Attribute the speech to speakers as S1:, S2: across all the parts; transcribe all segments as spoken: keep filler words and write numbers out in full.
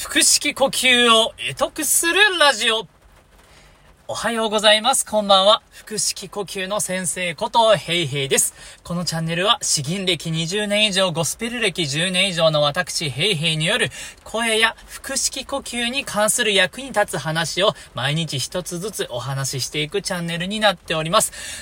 S1: 腹式呼吸を得得するラジオ。おはようございます。こんばんは。腹式呼吸の先生ことヘイヘイです。このチャンネルは詩吟歴にじゅうねん以上、ゴスペル歴じゅうねん以上の私ヘイヘイによる声や腹式呼吸に関する役に立つ話を毎日一つずつお話ししていくチャンネルになっております。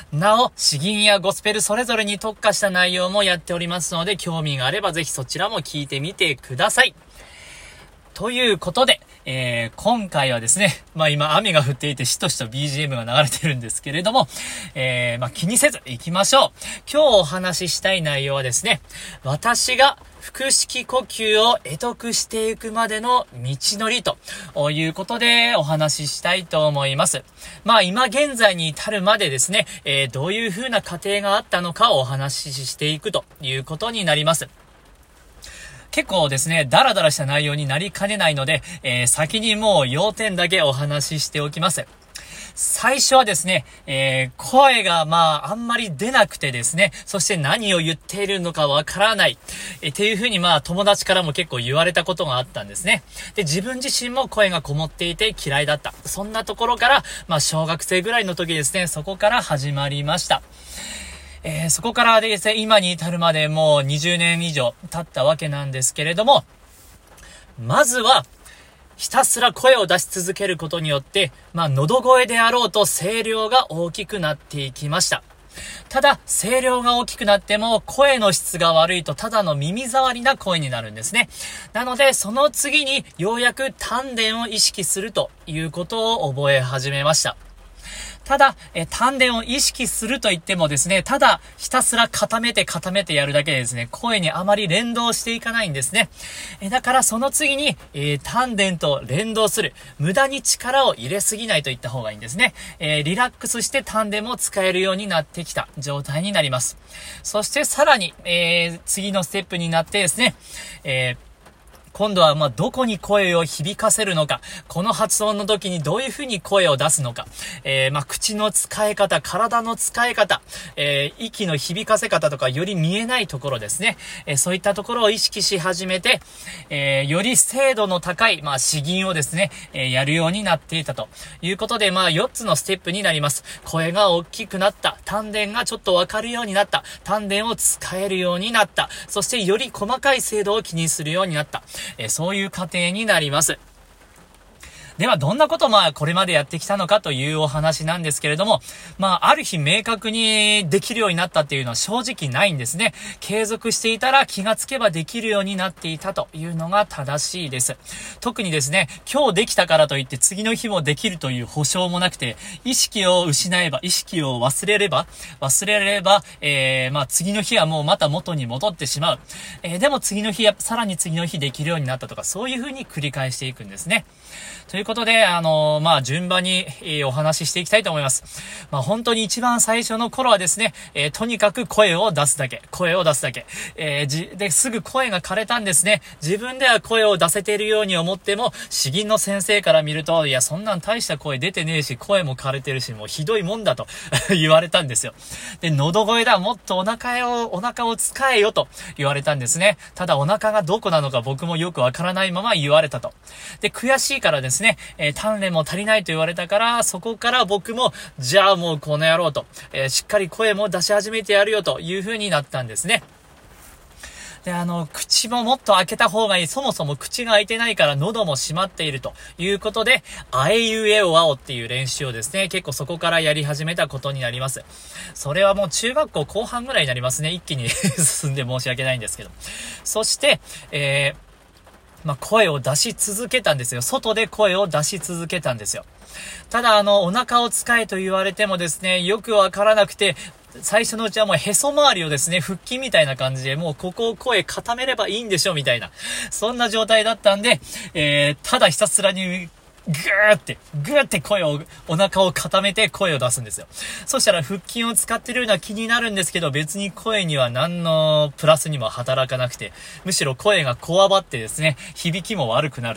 S1: なお、詩吟やゴスペルそれぞれに特化した内容もやっておりますので、興味があればぜひそちらも聞いてみてください。ということで、えー、今回はですね、まあ今雨が降っていてしとしと ビージーエム が流れてるんですけれども、えー、まあ気にせず行きましょう。今日お話ししたい内容はですね、私が腹式呼吸を得得していくまでの道のりということでお話ししたいと思います。まあ今現在に至るまでですね、えー、どういう風な過程があったのかをお話ししていくということになります。結構ですね、ダラダラした内容になりかねないので、えー、先にもう要点だけお話ししておきます。最初はですね、えー、声がまああんまり出なくてですね、そして何を言っているのかわからない、えー、っていう風にまあ友達からも結構言われたことがあったんですね。で、自分自身も声がこもっていて嫌いだった。そんなところから、まあ小学生ぐらいの時ですね、そこから始まりました。えー、そこからですね、今に至るまでもうにじゅうねん以上経ったわけなんですけれども、まずはひたすら声を出し続けることによって、まあ喉声であろうと声量が大きくなっていきました。ただ声量が大きくなっても声の質が悪いとただの耳障りな声になるんですね。なのでその次にようやく丹田を意識するということを覚え始めました。ただ、え、丹田を意識すると言ってもですね、ただひたすら固めて固めてやるだけでですね、声にあまり連動していかないんですね。え、だからその次に、えー、丹田と連動する。無駄に力を入れすぎないと言った方がいいんですね。えー、リラックスして丹田も使えるようになってきた状態になります。そしてさらに、えー、次のステップになってですね、えー今度はまあどこに声を響かせるのか、この発音の時にどういう風に声を出すのか、えー、まあ口の使い方、体の使い方、えー、息の響かせ方とかより見えないところですね、えー、そういったところを意識し始めて、えー、より精度の高いまあ詩吟をですね、えー、やるようになっていたということで、まあよっつのステップになります。声が大きくなった、丹田がちょっとわかるようになった、丹田を使えるようになった、そしてより細かい精度を気にするようになった。えー、そういう過程になります。ではどんなことをまあこれまでやってきたのかというお話なんですけれども、まあある日明確にできるようになったっていうのは正直ないんですね。継続していたら気がつけばできるようになっていたというのが正しいです。特にですね、今日できたからといって次の日もできるという保証もなくて、意識を失えば、意識を忘れれば、忘れれば、えー、まあ次の日はもうまた元に戻ってしまう。えー、でも次の日やさらに次の日できるようになったとか、そういう風に繰り返していくんですね。ということで、あのー、まあ、順番に、えー、お話ししていきたいと思います。まあ、本当に一番最初の頃はですね、えー、とにかく声を出すだけ、声を出すだけ、えー、じ、で、すぐ声が枯れたんですね。自分では声を出せているように思っても、詩吟の先生から見ると、いや、そんなん大した声出てねえし、声も枯れてるし、もうひどいもんだと言われたんですよ。で、喉声だ、もっとお腹を、お腹を使えよと言われたんですね。ただお腹がどこなのか僕もよくわからないまま言われたと。で、悔しいからですね、えー、鍛錬も足りないと言われたから、そこから僕も、じゃあもうこの野郎と、えー、しっかり声も出し始めてやるよという風になったんですね。で、あの、口ももっと開けた方がいい。そもそも口が開いてないから喉も閉まっているということで、あえいうえおあおっていう練習をですね、結構そこからやり始めたことになります。それはもう中学校後半ぐらいになりますね。一気に進んで申し訳ないんですけど。そして、えー、まあ、声を出し続けたんですよ。外で声を出し続けたんですよ。ただ、あの、お腹を使えと言われてもですね、よくわからなくて、最初のうちはもうへそ周りをですね、腹筋みたいな感じで、もうここを声固めればいいんでしょみたいな、そんな状態だったんで、えー、ただひたすらにぐーって、ぐーって声を、お腹を固めて声を出すんですよ。そしたら腹筋を使ってるような気になるんですけど、別に声には何のプラスにも働かなくて、むしろ声がこわばってですね、響きも悪くなると。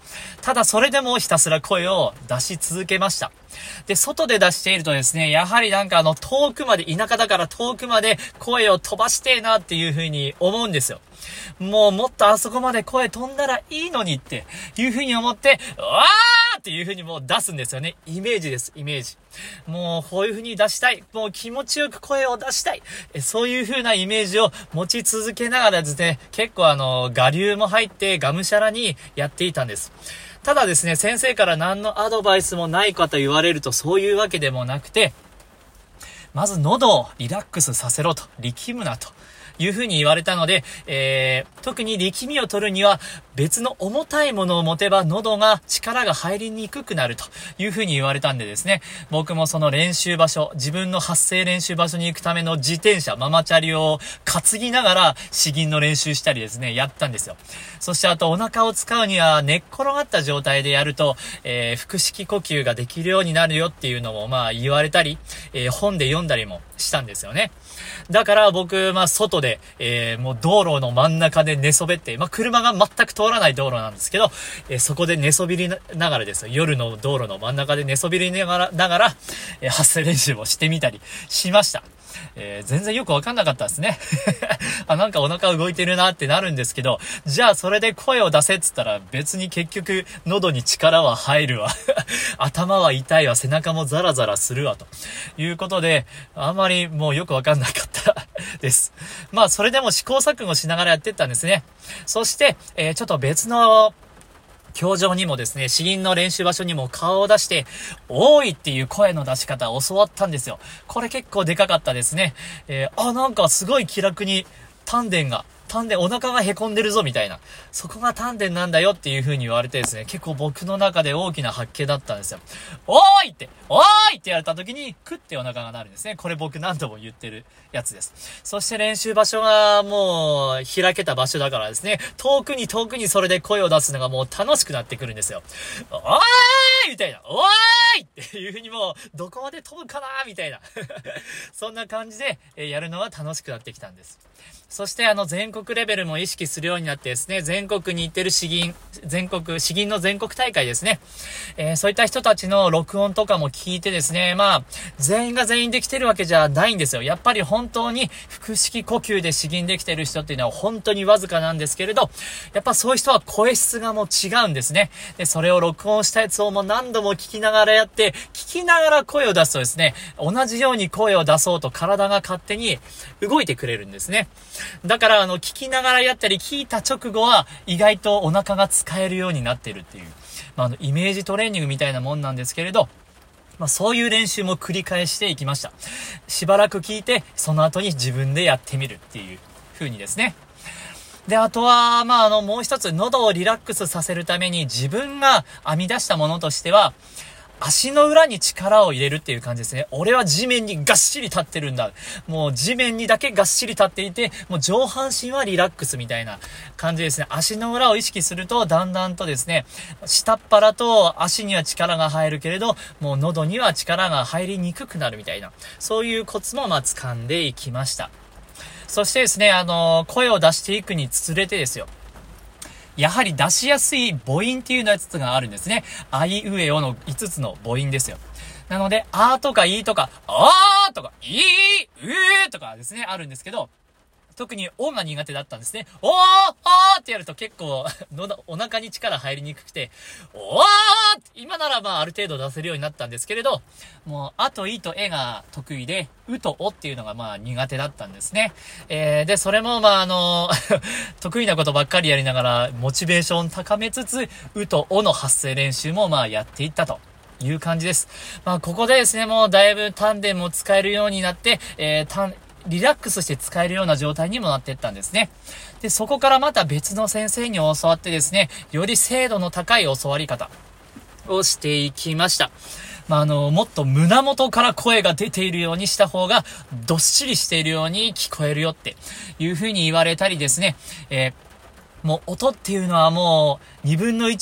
S1: ただそれでもひたすら声を出し続けました。で、外で出しているとですね、やはりなんかあの遠くまで、田舎だから遠くまで声を飛ばしてえなっていう風に思うんですよ。もうもっとあそこまで声飛んだらいいのにっていう風に思って、うわーっていう風にもう出すんですよね。イメージです、イメージ。もうこういう風に出したい。もう気持ちよく声を出したい。えそういう風なイメージを持ち続けながらですね、結構あの、我流も入ってがむしゃらにやっていたんです。ただですね、先生から何のアドバイスもないかと言われるとそういうわけでもなくて、まず喉をリラックスさせろと、力むなというふうに言われたので、えー、特に力みを取るには別の重たいものを持てば喉が力が入りにくくなるというふうに言われたんでですね、僕もその練習場所、自分の発声練習場所に行くための自転車、ママチャリを担ぎながら詩吟の練習したりですね、やったんですよ。そしてあとお腹を使うには寝っ転がった状態でやると、えー、腹式呼吸ができるようになるよっていうのもまあ言われたり、えー、本で読んだりもしたんですよね。だから僕、まあ外で、えー、もう道路の真ん中で寝そべって、まあ車が全く通らない道路なんですけど、えー、そこで寝そびりながらですよ、夜の道路の真ん中で寝そびりながら、ながら、えー、発声練習をしてみたりしました。えー、全然よくわかんなかったですね。あ、なんかお腹動いてるなってなるんですけど、じゃあそれで声を出せっつったら別に結局喉に力は入るわ。頭は痛いわ、背中もザラザラするわ、ということで、あまりもうよくわかんなかったです。まあそれでも試行錯誤しながらやってったんですね。そして、えー、ちょっと別の教場にもですね、詩吟の練習場所にも顔を出して、おーいっていう声の出し方を教わったんですよ。これ結構でかかったですね。えー、あ、なんかすごい気楽に丹田が、丹田、お腹が凹んでるぞみたいな。そこが丹田なんだよっていう風に言われてですね、結構僕の中で大きな発見だったんですよ。おーいって、おーいって言われた時に、クッてお腹が鳴るんですね。これ僕何度も言ってるやつです。そして練習場所がもう開けた場所だからですね、遠くに遠くにそれで声を出すのがもう楽しくなってくるんですよ。おーいみたいな、おーいっていう風にもう、どこまで飛ぶかなみたいな。そんな感じでやるのは楽しくなってきたんです。そしてあの全国レベルも意識するようになってですね、全国に行ってる詩吟、全国、詩吟の全国大会ですね。えー、そういった人たちの録音とかも聞いてですね、まあ、全員が全員できてるわけじゃないんですよ。やっぱり本当に腹式呼吸で詩吟できてる人っていうのは本当にわずかなんですけれど、やっぱそういう人は声質がもう違うんですね。で、それを録音したやつをもう何度も聞きながらやって、聞きながら声を出すとですね、同じように声を出そうと体が勝手に動いてくれるんですね。だからあの聞きながらやったり聞いた直後は意外とお腹が使えるようになってるっていう、まあ、あのイメージトレーニングみたいなもんなんですけれど、まあそういう練習も繰り返していきました。しばらく聞いてその後に自分でやってみるっていう風にですね。で、あとはまああのもう一つ喉をリラックスさせるために自分が編み出したものとしては、足の裏に力を入れるっていう感じですね。俺は地面にがっしり立ってるんだ。もう地面にだけがっしり立っていて、もう上半身はリラックスみたいな感じですね。足の裏を意識すると、だんだんとですね、下っ腹と足には力が入るけれど、もう喉には力が入りにくくなるみたいな、そういうコツもまあ掴んでいきました。そしてですね、あの、声を出していくにつれてですよ。やはり出しやすい母音っていうのやつがあるんですね。あいうえおのいつつの母音ですよ。なので、あーとかいーとか、あーとか、いー、うーとかですね、あるんですけど、特におが苦手だったんですね。おーあーってやると結構のお腹に力入りにくくて、おー今ならまあある程度出せるようになったんですけれど、もうあといとえが得意で、うとおっていうのがまあ苦手だったんですね。えー、で、それもまああの、得意なことばっかりやりながら、モチベーション高めつつ、うとおの発声練習もまあやっていったという感じです。まあここでですね、もうだいぶ丹田も使えるようになって、えー、丹リラックスして使えるような状態にもなっていったんですね。で、そこからまた別の先生に教わってですね、より精度の高い教わり方をしていきました。まあ、あの、もっと胸元から声が出ているようにした方が、どっしりしているように聞こえるよっていう風に言われたりですね、えー、もう音っていうのはもうにぶんのいち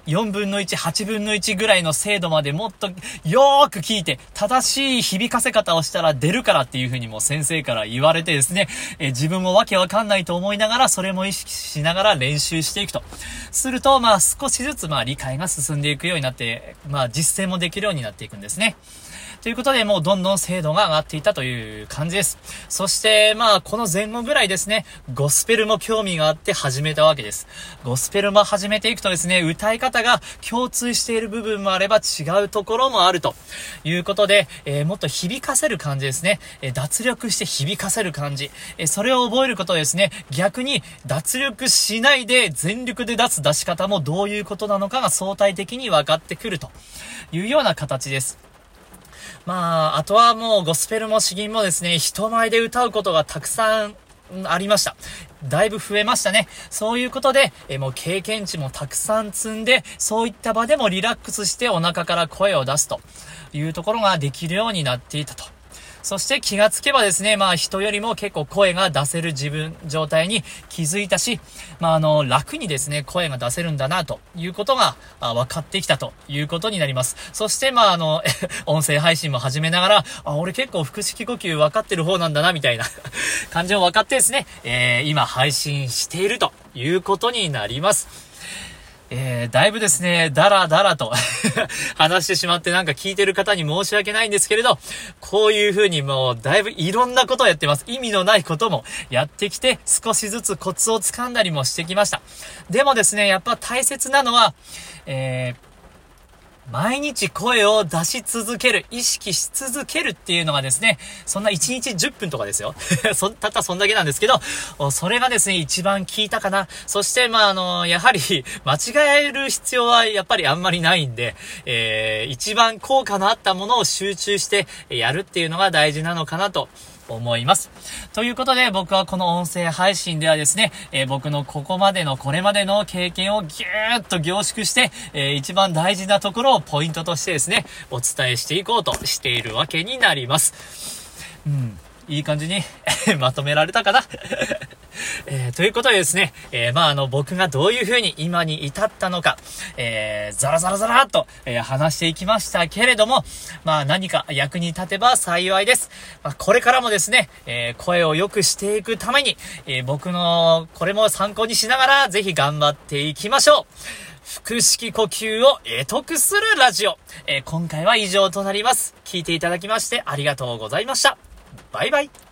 S1: よんぶんのいち、はちぶんのいちぐらいの精度までもっとよーく聞いて、正しい響かせ方をしたら出るからっていう風にも先生から言われてですね、えー、自分もわけわかんないと思いながら、それも意識しながら練習していくと。すると、まあ少しずつまあ理解が進んでいくようになって、まあ実践もできるようになっていくんですね。ということで、もうどんどん精度が上がっていったという感じです。そして、まあ、この前後ぐらいですね、ゴスペルも興味があって始めたわけです。ゴスペルも始めていくとですね、歌い方が共通している部分もあれば違うところもあるということで、えー、もっと響かせる感じですね。えー、脱力して響かせる感じ。えー、それを覚えることですね、逆に脱力しないで全力で出す出し方もどういうことなのかが相対的に分かってくるというような形です。まあ、あとはもうゴスペルも詩吟もですね、人前で歌うことがたくさんありました。だいぶ増えましたね。そういうことで、えもう経験値もたくさん積んで、そういった場でもリラックスしてお腹から声を出すというところができるようになっていたと。そして気がつけばですね、まあ人よりも結構声が出せる自分状態に気づいたし、まああの楽にですね、声が出せるんだなということが分かってきたということになります。そしてまああの音声配信も始めながら、あ、俺結構腹式呼吸分かってる方なんだなみたいな感じも分かってですね、えー、今配信しているということになります。えー、だいぶですね、だらだらと話してしまってなんか聞いてる方に申し訳ないんですけれど、こういう風にもうだいぶいろんなことをやってます。意味のないこともやってきて少しずつコツをつかんだりもしてきました。でもですね、やっぱ大切なのは、えー毎日声を出し続ける、意識し続けるっていうのがですね、そんないちにちじゅっぷんとかですよ。そたったそんだけなんですけど、それがですね、一番効いたかな。そして、まあ、あの、やはり、間違える必要はやっぱりあんまりないんで、えー、一番効果のあったものを集中してやるっていうのが大事なのかなと思います。ということで、僕はこの音声配信ではですね、えー、僕のここまでのこれまでの経験をぎゅーっと凝縮して、えー、一番大事なところをポイントとしてですね、お伝えしていこうとしているわけになります。うん、いい感じにまとめられたかなえー、ということでですね、えー、まああの僕がどういう風に今に至ったのか、えー、ザラザラザラっと、えー、話していきましたけれども、まあ何か役に立てば幸いです。まあ、これからもですね、えー、声を良くしていくために、えー、僕のこれも参考にしながらぜひ頑張っていきましょう。腹式呼吸を得得するラジオ、えー、今回は以上となります。聞いていただきましてありがとうございました。バイバイ。